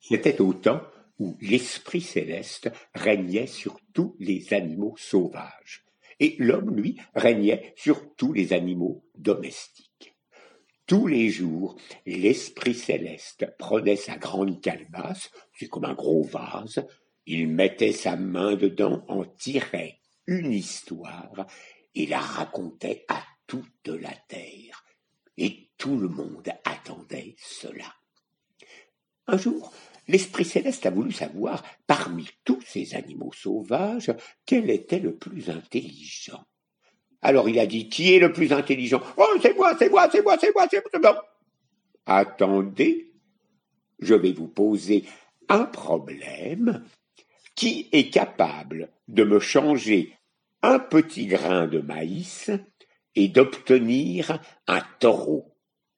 C'était au temps où l'Esprit céleste régnait sur tous les animaux sauvages, et l'homme, lui, régnait sur tous les animaux domestiques. Tous les jours, l'Esprit céleste prenait sa grande calebasse, c'est comme un gros vase, il mettait sa main dedans, en tirait une histoire et la racontait à toute la terre. Et tout le monde attendait cela. Un jour, l'Esprit céleste a voulu savoir, parmi tous ces animaux sauvages, quel était le plus intelligent. Alors il a dit, qui est le plus intelligent? Oh, c'est moi. Attendez, je vais vous poser un problème. Qui est capable de me changer un petit grain de maïs et d'obtenir un taureau?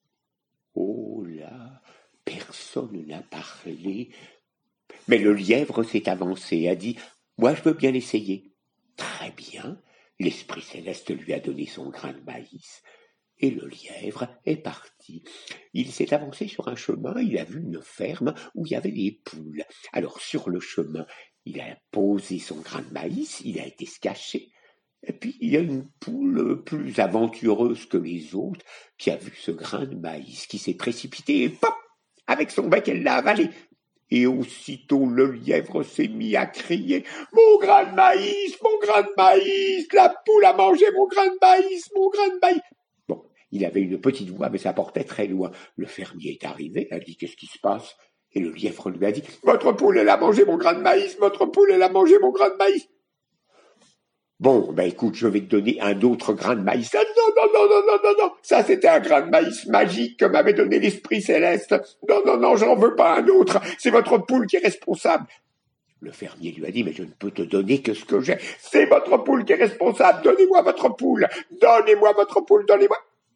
Oh là, personne n'a parlé. Mais le lièvre s'est avancé et a dit, moi je veux bien l'essayer. Très bien, l'Esprit céleste lui a donné son grain de maïs. Et le lièvre est parti. Il s'est avancé sur un chemin, il a vu une ferme où il y avait des poules. Alors sur le chemin, il a posé son grain de maïs, il a été se cacher. Et puis il y a une poule plus aventureuse que les autres qui a vu ce grain de maïs, qui s'est précipité et pop, avec son bec, elle l'a avalé. Et aussitôt le lièvre s'est mis à crier « Mon grain de maïs, la poule a mangé mon grain de maïs, mon grain de maïs !» Bon, il avait une petite voix, mais ça portait très loin. Le fermier est arrivé, a dit « Qu'est-ce qui se passe ?» Et le lièvre lui a dit « Votre poule, elle a mangé mon grain de maïs, votre poule, elle a mangé mon grain de maïs !» Bon, ben écoute, je vais te donner un autre grain de maïs. Ah, non, ça c'était un grain de maïs magique que m'avait donné l'Esprit céleste. Non, j'en veux pas un autre, c'est votre poule qui est responsable. Le fermier lui a dit, mais je ne peux te donner que ce que j'ai. C'est votre poule qui est responsable, donnez-moi votre poule, donnez-moi.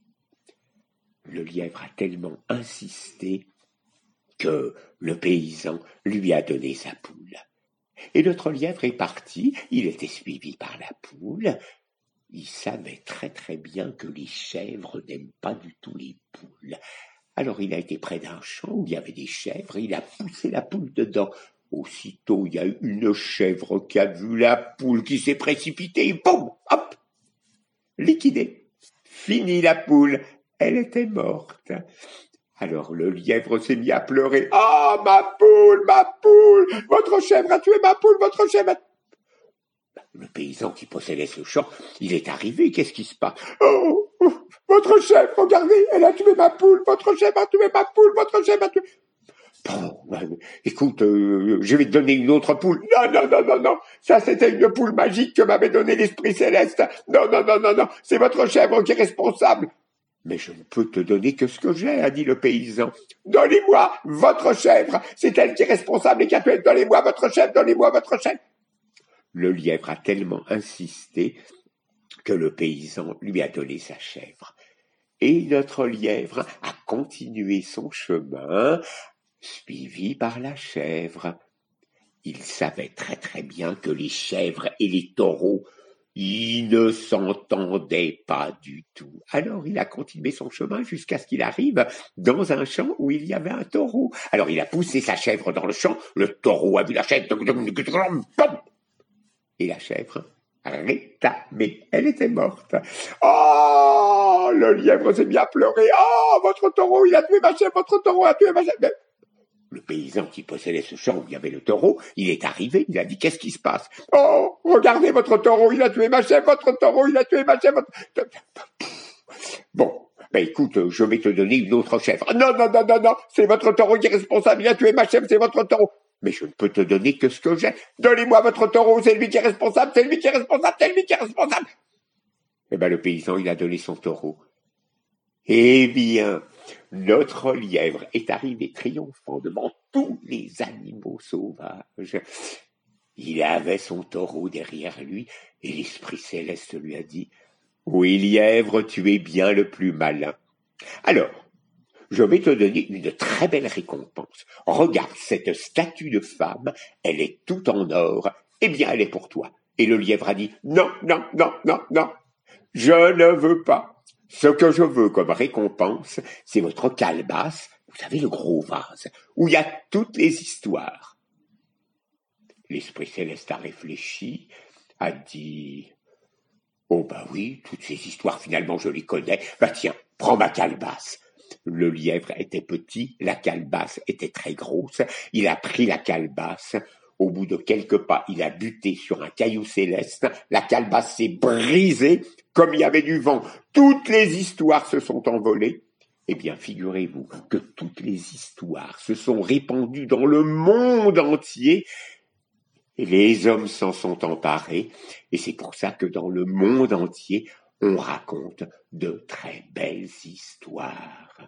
Le lièvre a tellement insisté que le paysan lui a donné sa poule. Et notre lièvre est parti, il était suivi par la poule. Il savait très très bien que les chèvres n'aiment pas du tout les poules. Alors il a été près d'un champ où il y avait des chèvres, et il a poussé la poule dedans. Aussitôt, il y a eu une chèvre qui a vu la poule qui s'est précipitée, et boum, hop, liquidée. Fini la poule, elle était morte. Alors le lièvre s'est mis à pleurer. « Ah, ma poule, votre chèvre a tué ma poule, votre chèvre a... » Le paysan qui possédait ce champ, il est arrivé, qu'est-ce qui se passe? « Oh, votre chèvre, regardez, elle a tué ma poule, votre chèvre a tué ma poule, votre chèvre a tué... » Bon, écoute, je vais te donner une autre poule. Non, ça c'était une poule magique que m'avait donné l'Esprit céleste. Non, c'est votre chèvre qui est responsable. Mais je ne peux te donner que ce que j'ai, a dit le paysan. Donnez-moi votre chèvre, c'est elle qui est responsable et qui a tué. Donnez-moi votre chèvre. Le lièvre a tellement insisté que le paysan lui a donné sa chèvre. Et notre lièvre a continué son chemin, suivi par la chèvre. Il savait très très bien que les chèvres et les taureaux, ils ne s'entendaient pas du tout. Alors il a continué son chemin jusqu'à ce qu'il arrive dans un champ où il y avait un taureau. Alors il a poussé sa chèvre dans le champ, le taureau a vu la chèvre, et la chèvre rétamée, elle était morte. Oh, le lièvre s'est mis à pleurer. Oh, votre taureau, il a tué ma chèvre, votre taureau a tué ma chèvre. Le paysan qui possédait ce champ où il y avait le taureau, il est arrivé, il a dit, qu'est-ce qui se passe? Oh, regardez votre taureau, il a tué ma chèvre, votre taureau, il a tué ma chèvre. Bon, ben écoute, je vais te donner une autre chèvre. Non, c'est votre taureau qui est responsable, il a tué ma chèvre, c'est votre taureau. Mais je ne peux te donner que ce que j'ai. Donnez-moi votre taureau, c'est lui qui est responsable. Eh ben le paysan, il a donné son taureau. Eh bien, notre lièvre est arrivé triomphant devant tous les animaux sauvages. Il avait son taureau derrière lui et l'Esprit céleste lui a dit « Oui, lièvre, tu es bien le plus malin. Alors, je vais te donner une très belle récompense. Regarde cette statue de femme, elle est toute en or. Eh bien, elle est pour toi. » Et le lièvre a dit « Non, je ne veux pas. Ce que je veux comme récompense, c'est votre calebasse Vous savez, le gros vase, où il y a toutes les histoires. L'Esprit céleste a réfléchi, a dit « Oh bah oui, toutes ces histoires, finalement, je les connais. Bah tiens, prends ma calebasse. » Le lièvre était petit, la calebasse était très grosse. Il a pris la calebasse. Au bout de quelques pas, il a buté sur un caillou céleste. La calebasse s'est brisée comme il y avait du vent. Toutes les histoires se sont envolées. Eh bien, figurez-vous que toutes les histoires se sont répandues dans le monde entier. Et les hommes s'en sont emparés. Et c'est pour ça que dans le monde entier, on raconte de très belles histoires.